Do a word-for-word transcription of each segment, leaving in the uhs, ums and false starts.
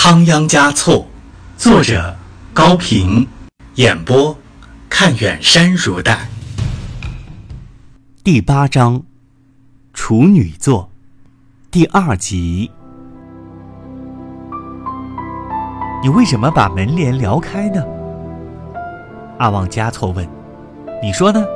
仓央嘉措，作者高平，演播看远山如黛。 第八章，处女座，第二集。你为什么把门帘撩开呢？阿旺嘉措问。你说呢？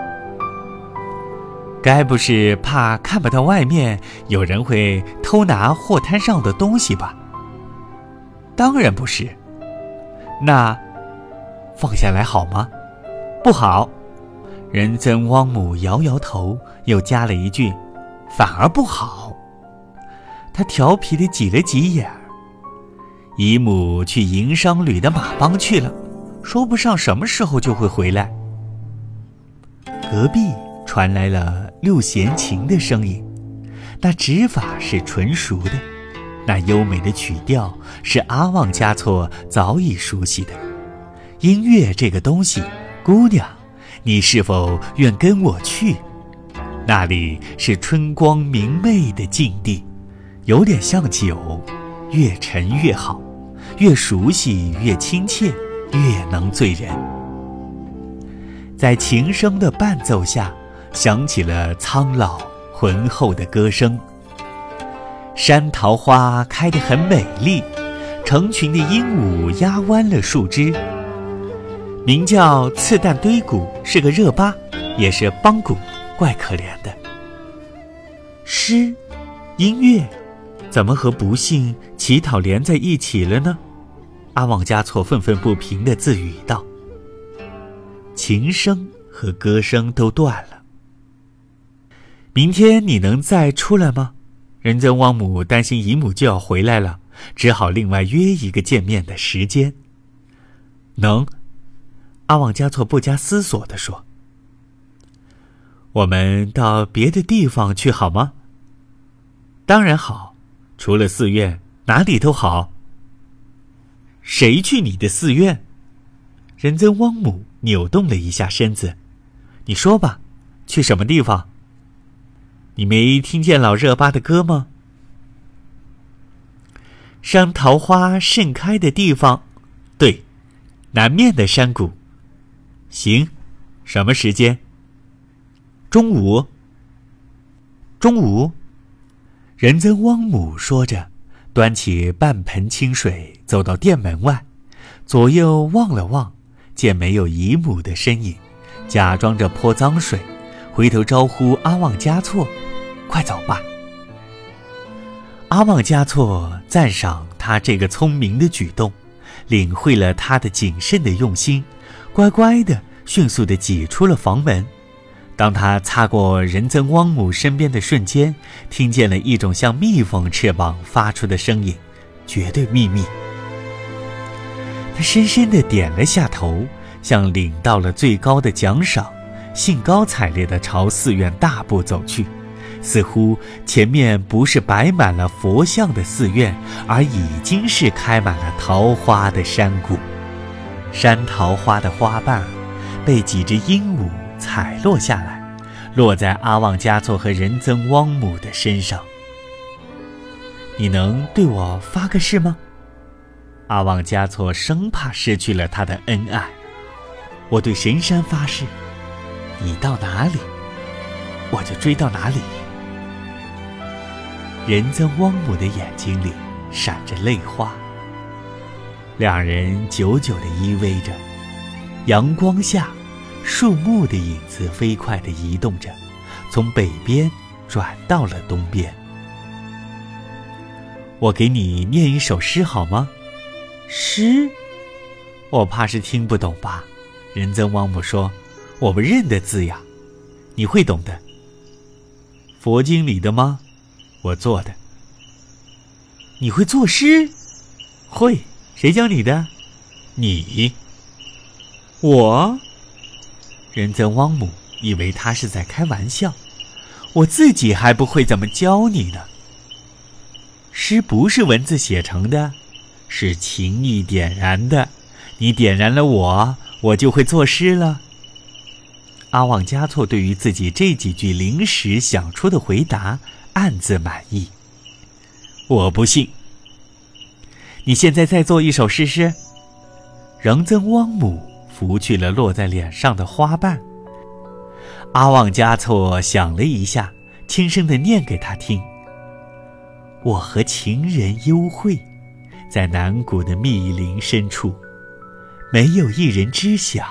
该不是怕看不到外面有人会偷拿货摊上的东西吧？当然不是。那放下来好吗？不好。仁增汪姆摇摇头，又加了一句，反而不好。他调皮地挤了挤眼儿。姨母去营商旅的马帮去了，说不上什么时候就会回来。隔壁传来了六弦琴的声音，那指法是纯熟的，那优美的曲调是阿旺嘉措早已熟悉的。音乐这个东西，姑娘，你是否愿跟我去？那里是春光明媚的境地，有点像酒，越陈越好，越熟悉越亲切，越能醉人。在琴声的伴奏下，响起了苍老浑厚的歌声。山桃花开得很美丽，成群的鹦鹉压弯了树枝。名叫刺蛋堆鼓，是个热巴，也是梆鼓，怪可怜的。诗，音乐，怎么和不幸乞讨连在一起了呢？阿旺嘉措愤愤不平地自语道。琴声和歌声都断了。明天你能再出来吗？仁增汪姆担心姨母就要回来了，只好另外约一个见面的时间。能。阿旺嘉措不加思索地说。我们到别的地方去好吗？当然好，除了寺院，哪里都好。谁去你的寺院？仁增汪姆扭动了一下身子。你说吧，去什么地方？你没听见老热巴的歌吗？山桃花盛开的地方，对，南面的山谷。行，什么时间？中午。中午。仁增汪姆说着，端起半盆清水，走到店门外，左右望了望，见没有姨母的身影，假装着泼脏水，回头招呼阿旺嘉措，快走吧。阿旺嘉措赞赏他这个聪明的举动，领会了他的谨慎的用心，乖乖的迅速地挤出了房门。当他擦过仁增汪姆身边的瞬间，听见了一种像蜜蜂翅膀发出的声音，绝对秘密。他深深地点了下头，像领到了最高的奖赏，兴高采烈地朝寺院大步走去，似乎前面不是摆满了佛像的寺院，而已经是开满了桃花的山谷。山桃花的花瓣被几只鹦鹉踩落下来，落在阿旺嘉措和仁增汪姆的身上。你能对我发个誓吗？阿旺嘉措生怕失去了他的恩爱。我对神山发誓，你到哪里，我就追到哪里。仁增汪姆的眼睛里闪着泪花。两人久久地依偎着，阳光下树木的影子飞快地移动着，从北边转到了东边。我给你念一首诗好吗？诗？我怕是听不懂吧。仁增汪姆说，我不认得字呀。你会懂的。佛经里的吗？我做的。你会作诗？会。谁教你的？你。我？仁增汪姆以为他是在开玩笑，我自己还不会怎么教你呢。诗不是文字写成的，是情意点燃的，你点燃了我，我就会作诗了。阿旺嘉措对于自己这几句临时想出的回答暗自满意。我不信。 你现在再做一首试试。仁增汪姆拂去了落在脸上的花瓣。阿旺加措想了一下，轻声地念给他听：我和情人幽会，在南谷的密林深处，没有一人知晓，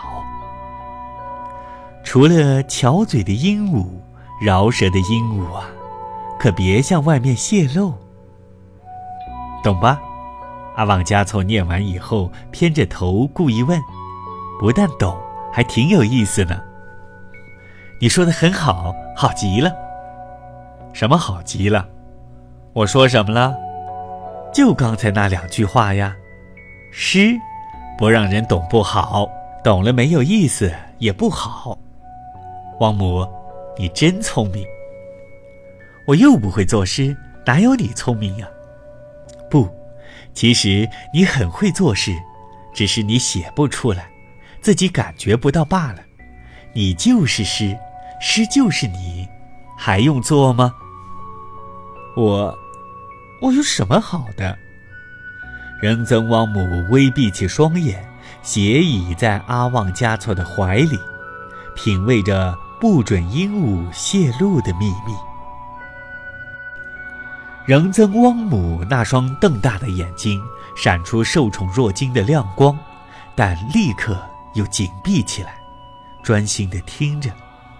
除了巧嘴的鹦鹉，饶舌的鹦鹉啊，可别向外面泄露，懂吧？阿旺加措念完以后，偏着头故意问，不但懂，还挺有意思呢。你说得很好，好极了。什么好极了？我说什么了？就刚才那两句话呀。诗不让人懂不好，懂了没有意思也不好。汪姆，你真聪明。我又不会作诗，哪有你聪明呀？不，其实你很会做事，只是你写不出来，自己感觉不到罢了。你就是诗，诗就是你，还用做吗？我我有什么好的？仁增汪姆微闭起双眼，斜倚在阿旺加措的怀里，品味着不准鹦鹉泄露的秘密。仁增汪姆那双瞪大的眼睛闪出受宠若惊的亮光，但立刻又紧闭起来，专心地听着。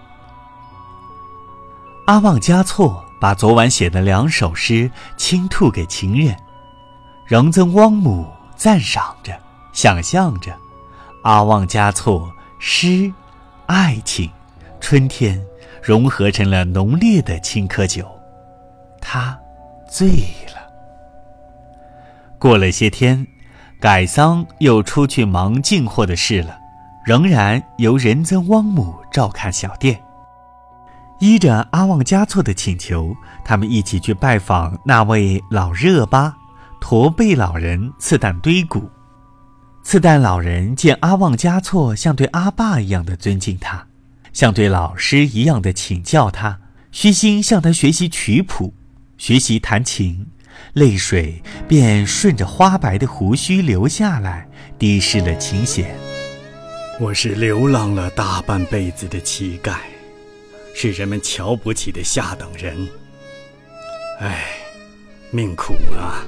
阿旺加措把昨晚写的两首诗倾吐给情人，仁增汪姆赞赏着，想象着阿旺加措诗、爱情、春天融合成了浓烈的青稞酒，他醉了。过了些天，改桑又出去忙进货的事了，仍然由仁增汪姆照看小店。依着阿旺加措的请求，他们一起去拜访那位老热巴驼背老人次旦堆谷。次旦老人见阿旺加措像对阿爸一样的尊敬他，像对老师一样的请教他，虚心向他学习曲谱，学习弹琴，泪水便顺着花白的胡须流下来，滴湿了琴弦。 我是流浪了大半辈子的乞丐，是人们瞧不起的下等人。唉，命苦啊！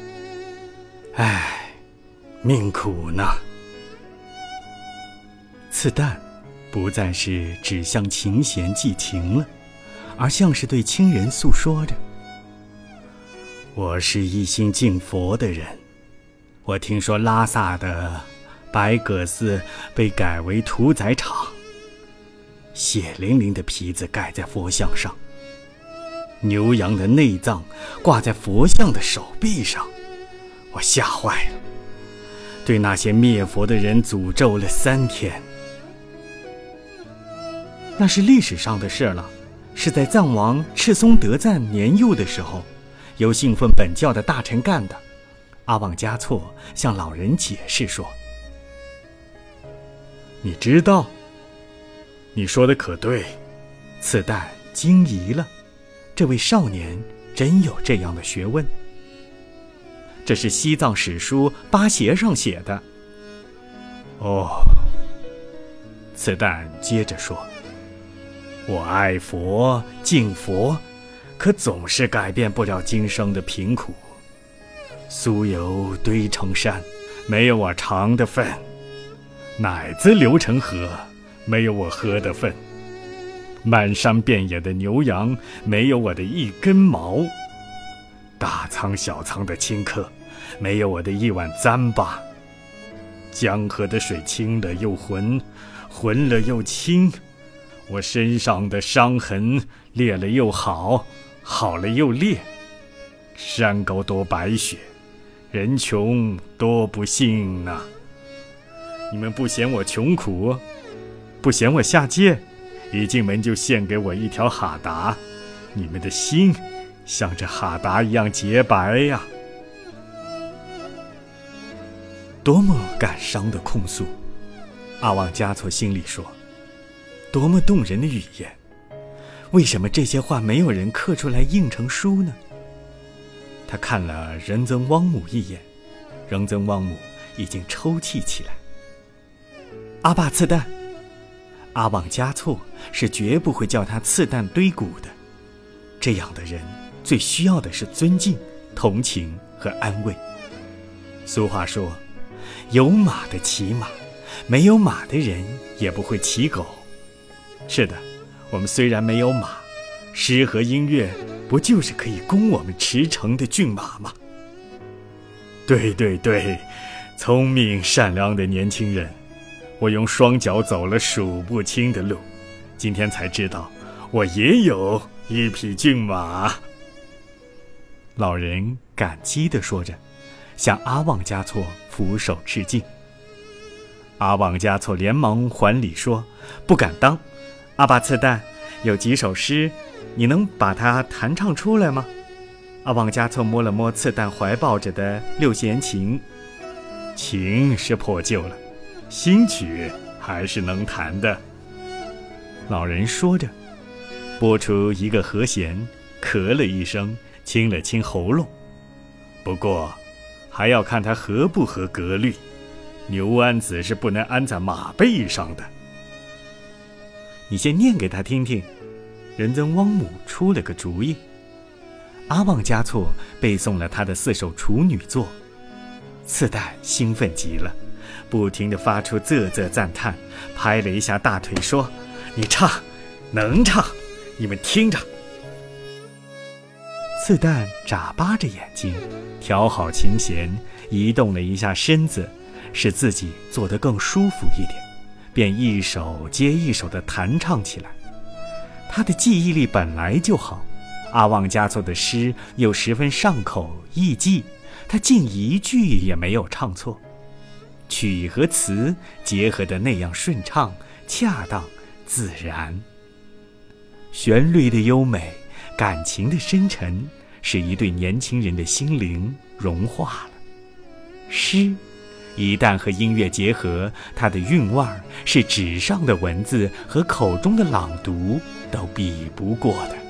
唉，命苦呢！次旦不再是只向琴弦寄情了，而像是对亲人诉说着。我是一心敬佛的人，我听说拉萨的白葛寺被改为屠宰场，血淋淋的皮子盖在佛像上，牛羊的内脏挂在佛像的手臂上，我吓坏了，对那些灭佛的人诅咒了三天。那是历史上的事了，是在藏王赤松德赞年幼的时候，由信奉本教的大臣干的。阿旺加措向老人解释说：你知道？你说的可对。次旦惊疑了，这位少年真有这样的学问。这是西藏史书八邪上写的。哦，次旦接着说，我爱佛敬佛，可总是改变不了今生的贫苦。酥油堆成山，没有我尝的份；奶子流成河，没有我喝的份；漫山遍野的牛羊，没有我的一根毛；大仓小仓的青稞，没有我的一碗糌粑；江河的水清了又浑，浑了又清；我身上的伤痕裂了又好，好了又裂。山高多白雪，人穷多不幸呐、啊！你们不嫌我穷苦，不嫌我下贱，一进门就献给我一条哈达，你们的心像这哈达一样洁白呀、啊！多么感伤的控诉！阿旺加措心里说，多么动人的语言！为什么这些话没有人刻出来印成书呢？他看了仁增汪姆一眼， 仁增旺姆已经抽泣起来。阿爸刺蛋，阿旺嘉措是绝不会叫他刺蛋堆骨的。这样的人最需要的是尊敬、同情和安慰。俗话说，有马的骑马，没有马的人也不会骑狗。是的，我们虽然没有马，诗和音乐不就是可以供我们驰骋的骏马吗？对对对，聪明善良的年轻人，我用双脚走了数不清的路，今天才知道我也有一匹骏马。老人感激地说着，向阿旺嘉措俯首致敬。阿旺嘉措连忙还礼说，不敢当，阿爸刺蛋，有几首诗，你能把它弹唱出来吗？阿旺嘉措摸了摸刺蛋怀抱着的六弦琴，琴是破旧了，新曲还是能弹的。老人说着，拨出一个和弦，咳了一声，清了清喉咙。不过还要看他合不合格律，牛鞍子是不能安在马背上的。你先念给他听听。仁增旺姆出了个主意。阿旺嘉措背诵了他的四首处女作，刺蛋兴奋极了，不停地发出啧啧赞叹，拍了一下大腿说，你唱，能唱，你们听着。刺蛋眨巴着眼睛，调好琴弦，移动了一下身子，使自己坐得更舒服一点，便一首接一首地弹唱起来。他的记忆力本来就好，阿旺嘉措的诗又十分上口易记，他竟一句也没有唱错，曲和词结合得那样顺畅、恰当、自然。旋律的优美，感情的深沉，使一对年轻人的心灵融化了。诗一旦和音乐结合，它的韵味是纸上的文字和口中的朗读都比不过的。